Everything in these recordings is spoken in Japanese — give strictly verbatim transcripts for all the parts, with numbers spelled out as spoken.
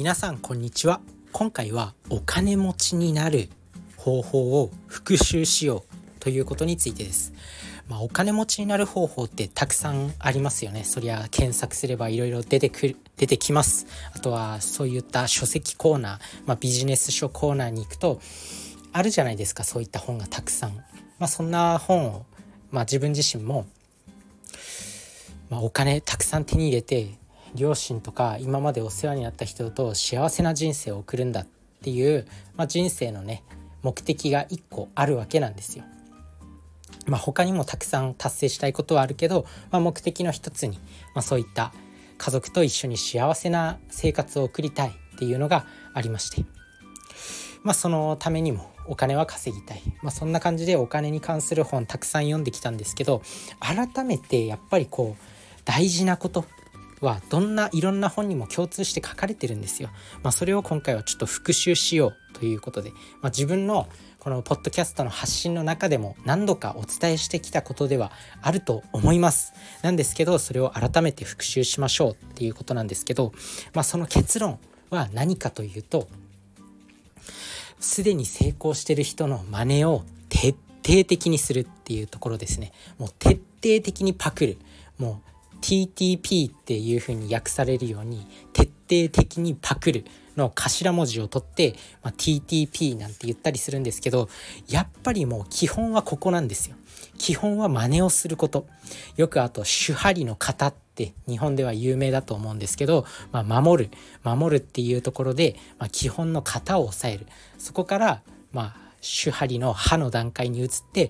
皆さんこんにちは。今回はお金持ちになる方法を復習しようということについてです。まあ、お金持ちになる方法ってたくさんありますよね。そりゃ検索すればいろいろ出てくる出てきます。あとはそういった書籍コーナー、まあ、ビジネス書コーナーに行くとあるじゃないですか。そういった本がたくさん、まあ、そんな本を、まあ、自分自身も、まあ、お金たくさん手に入れて両親とか今までお世話になった人と幸せな人生を送るんだっていう、まあ、人生のね目的が一個あるわけなんですよ。まあ、他にもたくさん達成したいことはあるけど、まあ、目的の一つに、まあ、そういった家族と一緒に幸せな生活を送りたいっていうのがありまして、まあ、そのためにもお金は稼ぎたい、まあ、そんな感じでお金に関する本たくさん読んできたんですけど、改めてやっぱりこう大事なことはどんないろんな本にも共通して書かれてるんですよ。まあ、それを今回はちょっと復習しようということで、まあ、自分のこのポッドキャストの発信の中でも何度かお伝えしてきたことではあると思います。なんですけど、それを改めて復習しましょうっていうことなんですけど、まあ、その結論は何かというと、すでに成功してる人の真似を徹底的にするっていうところですね。もう徹底的にパクる、もうティーティーピー っていう風に訳されるように徹底的にパクるの頭文字を取って、まあ、ティーティーピー なんて言ったりするんですけど、やっぱりもう基本はここなんですよ。基本は真似をすること。よくあと手張りの型って日本では有名だと思うんですけど、まあ、守る守るっていうところで、まあ、基本の型を抑える。そこからまあ手張りの刃の段階に移って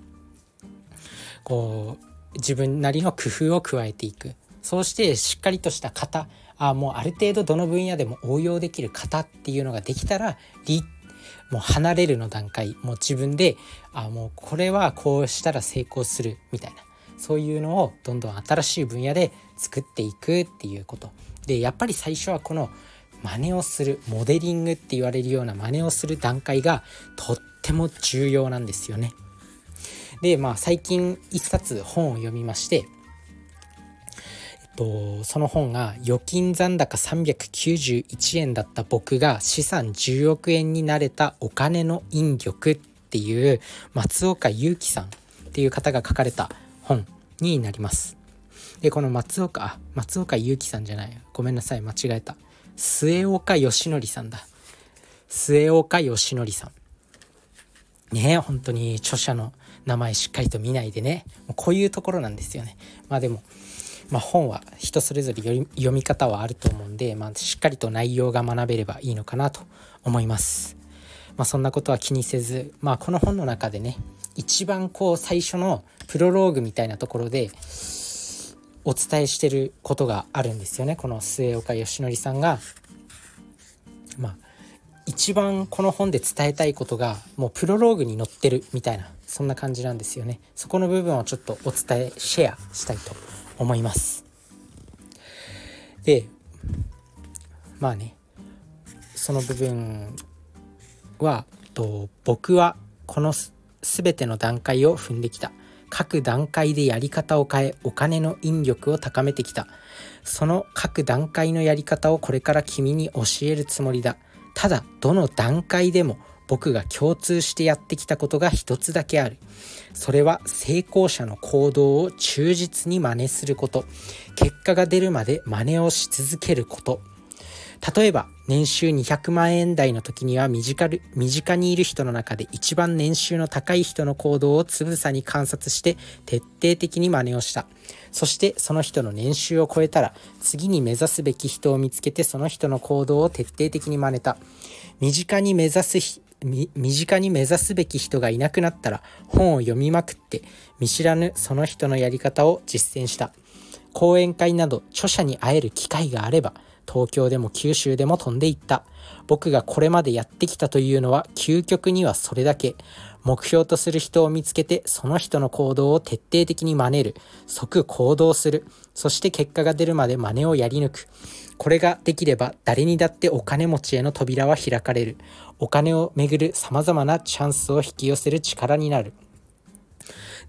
こう自分なりの工夫を加えていく。そうしてしっかりとした型、あもうある程度どの分野でも応用できる型っていうのができたら、リもう離れるの段階、もう自分であもうこれはこうしたら成功するみたいな、そういうのをどんどん新しい分野で作っていくっていうことで、やっぱり最初はこの真似をする、モデリングって言われるような真似をする段階がとっても重要なんですよね。でまあ最近一冊本を読みまして、えっと、その本が預金残高さんびゃくきゅうじゅういちえんだった僕が資産じゅうおくえんになれたお金の引力っていう松岡祐樹さんっていう方が書かれた本になります。でこの松岡あ松岡祐樹さんじゃない、ごめんなさい間違えた、末岡義則さんだ末岡義則さんね。本当に著者の名前しっかりと見ないでね、もうこういうところなんですよね。まあでも、まあ、本は人それぞれ読み方はあると思うんで、まあ、しっかりと内容が学べればいいのかなと思います。まあ、そんなことは気にせず、まあ、この本の中でね一番こう最初のプロローグみたいなところでお伝えしてることがあるんですよね。この末岡義則さんがまあ一番この本で伝えたいことがもうプロローグに載ってるみたいな、そんな感じなんですよね。そこの部分をちょっとお伝えシェアしたいと思います。でまあねその部分はと僕はこの全ての段階を踏んできた。各段階でやり方を変えお金の引力を高めてきた。その各段階のやり方をこれから君に教えるつもりだ。ただどの段階でも僕が共通してやってきたことが一つだけある。それは成功者の行動を忠実に真似すること。結果が出るまで真似をし続けること。例えば年収にひゃくまんえん台の時には身近、身近にいる人の中で一番年収の高い人の行動をつぶさに観察して徹底的に真似をした。そしてその人の年収を超えたら次に目指すべき人を見つけてその人の行動を徹底的に真似た。身近に目指す身近に目指すべき人がいなくなったら本を読みまくって見知らぬその人のやり方を実践した。講演会など著者に会える機会があれば東京でも九州でも飛んでいった。僕がこれまでやってきたというのは究極にはそれだけ。目標とする人を見つけてその人の行動を徹底的に真似る。即行動する。そして結果が出るまで真似をやり抜く。これができれば誰にだってお金持ちへの扉は開かれる。お金をめぐるさまざまなチャンスを引き寄せる力になる。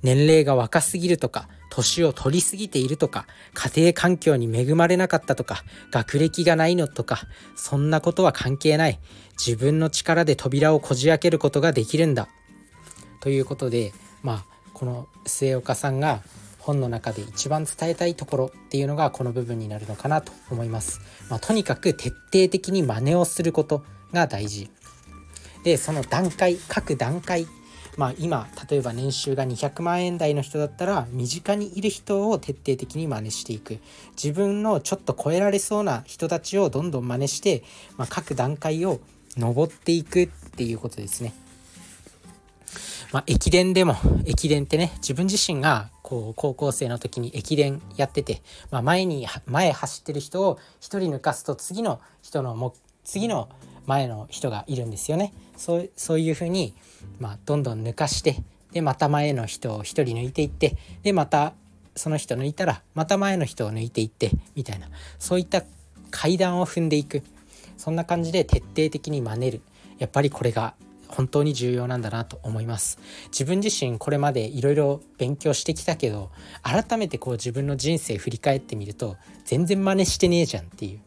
年齢が若すぎるとか、年を取りすぎているとか、家庭環境に恵まれなかったとか、学歴がないのとか、そんなことは関係ない。自分の力で扉をこじ開けることができるんだ。ということで、まあこの末岡さんが本の中で一番伝えたいところっていうのがこの部分になるのかなと思います。まあ、とにかく徹底的に真似をすることが大事で、その段階、各段階、まあ、今例えば年収がにひゃくまんえん台の人だったら、身近にいる人を徹底的に真似していく。自分のちょっと超えられそうな人たちをどんどん真似して、まあ、各段階を上っていくっていうことですね。まあ、駅伝でも、駅伝ってね、自分自身がこう高校生の時に駅伝やってて、まあ、前に前走ってる人を一人抜かすと次の人のも次の前の人がいるんですよね。そう、そういう風に、まあ、どんどん抜かして、でまた前の人を一人抜いていって、でまたその人抜いたらまた前の人を抜いていってみたいな、そういった階段を踏んでいく。そんな感じで徹底的に真似る。やっぱりこれが本当に重要なんだなと思います。自分自身これまでいろいろ勉強してきたけど、改めてこう自分の人生振り返ってみると、全然真似してねえじゃんっていう。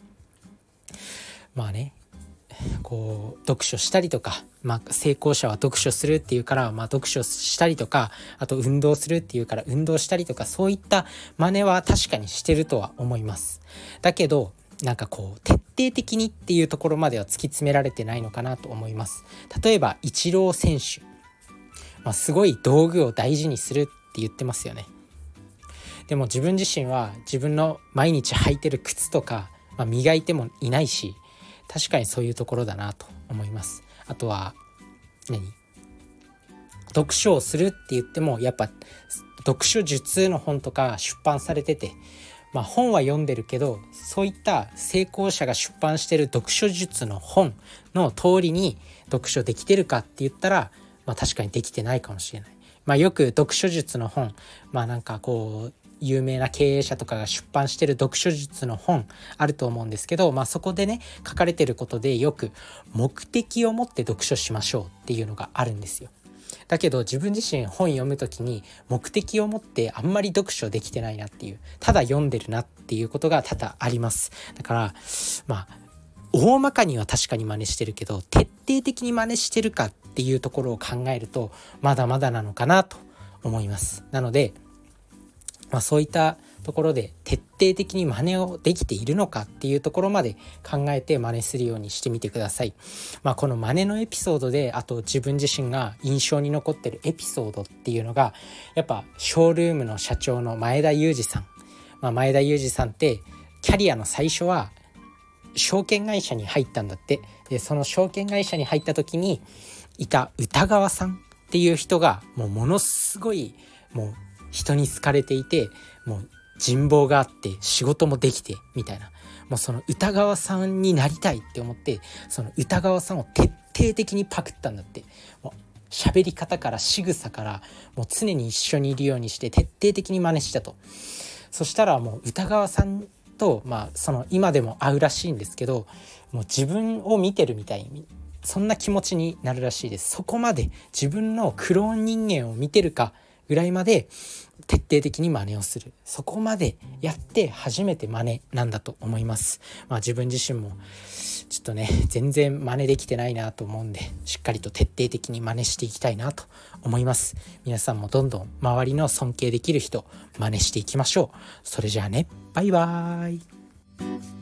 まあね、こう読書したりとか、まあ、成功者は読書するっていうから、まあ、読書したりとか、あと運動するっていうから運動したりとか、そういった真似は確かにしてるとは思います。だけどなんかこう徹底的にっていうところまでは突き詰められてないのかなと思います。例えばイチロー選手、まあ、すごい道具を大事にするって言ってますよね。でも自分自身は自分の毎日履いてる靴とか、まあ、磨いてもいないし、確かにそういうところだなと思います。あとは何読書をするって言っても、やっぱ読書術の本とか出版されてて、まあ、本は読んでるけど、そういった成功者が出版してる読書術の本の通りに読書できてるかって言ったら、まあ、確かにできてないかもしれない。まあ、よく読書術の本、まあなんかこう有名な経営者とかが出版してる読書術の本あると思うんですけど、まあ、そこでね書かれてることで、よく目的を持って読書しましょうっていうのがあるんですよ。だけど自分自身本読むときに目的を持ってあんまり読書できてないなっていう、ただ読んでるなっていうことが多々あります。だからまあ大まかには確かに真似してるけど、徹底的に真似してるかっていうところを考えるとまだまだなのかなと思います。なので、まあ、そういったところで徹底的に真似をできているのかっていうところまで考えて真似するようにしてみてください。まあ、この真似のエピソードで、あと自分自身が印象に残ってるエピソードっていうのが、やっぱショールームの社長の前田裕二さん、まあ、前田裕二さんってキャリアの最初は証券会社に入ったんだって。でその証券会社に入った時にいた歌川さんっていう人がもうものすごいもう人に好かれていて、もう人望があって仕事もできてみたいな、もうその歌川さんになりたいって思って、その歌川さんを徹底的にパクったんだって。もう喋り方から仕草からもう常に一緒にいるようにして徹底的に真似したと。そしたらもう歌川さんと、まあその今でも会うらしいんですけど、もう自分を見てるみたいに、そんな気持ちになるらしいです。そこまで自分のクローン人間を見てるかぐらいまで徹底的に真似をする。そこまでやって初めて真似なんだと思います。まあ自分自身もちょっとね全然真似できてないなと思うんで、しっかりと徹底的に真似していきたいなと思います。皆さんもどんどん周りの尊敬できる人真似していきましょう。それじゃあね、バイバーイ。